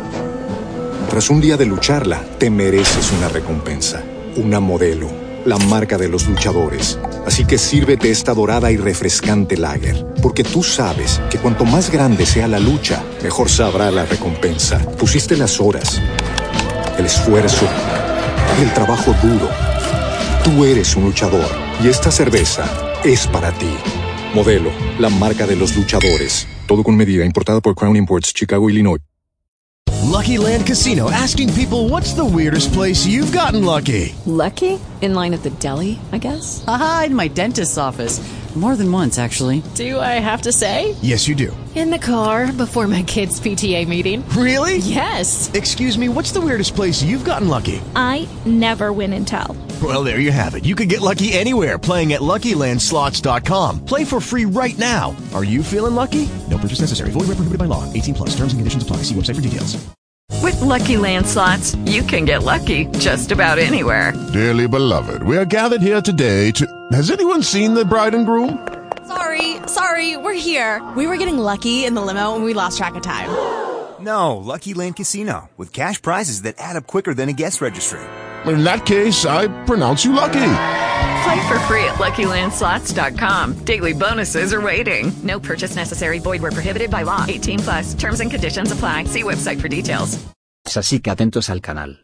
Tras un día de lucharla, te mereces una recompensa, una modelo, la marca de los luchadores. Así que sírvete esta dorada y refrescante lager, porque tú sabes que cuanto más grande sea la lucha, mejor sabrá la recompensa. Pusiste las horas, el esfuerzo, el trabajo duro. Tú eres un luchador y esta cerveza es para ti. Modelo, la marca de los luchadores. Todo con medida, importada por Crown Imports, Chicago, Illinois. Lucky Land Casino, asking people, what's the weirdest place you've gotten lucky? Lucky? In line at the deli, I guess? Aha, in my dentist's office. More than once, actually. Do I have to say? Yes, you do. In the car before my kids' P T A meeting. Really? Yes. Excuse me, what's the weirdest place you've gotten lucky? I never win and tell. Well, there you have it. You can get lucky anywhere, playing at Lucky Land Slots dot com. Play for free right now. Are you feeling lucky? No purchase necessary. Void where prohibited by law. eighteen plus. Terms and conditions apply. See website for details. With Lucky Land Slots, you can get lucky just about anywhere. Dearly beloved, we are gathered here today to... Has anyone seen the bride and groom? Sorry, sorry, we're here. We were getting lucky in the limo and we lost track of time. No, Lucky Land Casino, with cash prizes that add up quicker than a guest registry. In that case, I pronounce you lucky. Play for free at Lucky Land Slots dot com. Daily bonuses are waiting. No purchase necessary. Void where prohibited by law. eighteen plus. Terms and conditions apply. See website for details. Así que atentos al canal.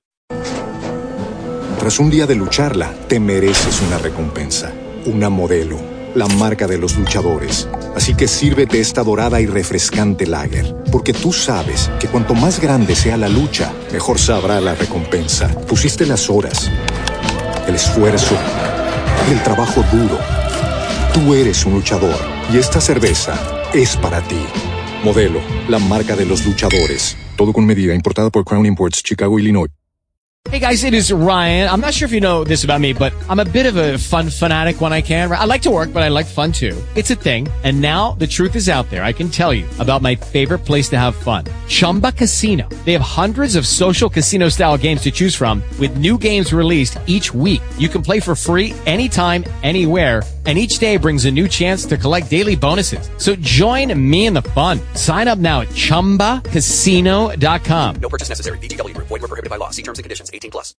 Tras un día de lucharla, te mereces una recompensa, una modelo, la marca de los luchadores. Así que sírvete esta dorada y refrescante lager, porque tú sabes que cuanto más grande sea la lucha, mejor sabrá la recompensa. Pusiste las horas, el esfuerzo, el trabajo duro. Tú eres un luchador y esta cerveza es para ti. Modelo, la marca de los luchadores. Todo con medida, importada por Crown Imports, Chicago, Illinois. Hey guys, it is Ryan. I'm not sure if you know this about me, but I'm a bit of a fun fanatic when I can. I like to work, but I like fun too. It's a thing. And now the truth is out there. I can tell you about my favorite place to have fun. Chumba Casino. They have hundreds of social casino style games to choose from with new games released each week. You can play for free anytime, anywhere. And each day brings a new chance to collect daily bonuses. So join me in the fun. Sign up now at chumba casino dot com. No purchase necessary. V G W Group. Void where prohibited by law. See terms and conditions. eighteen plus.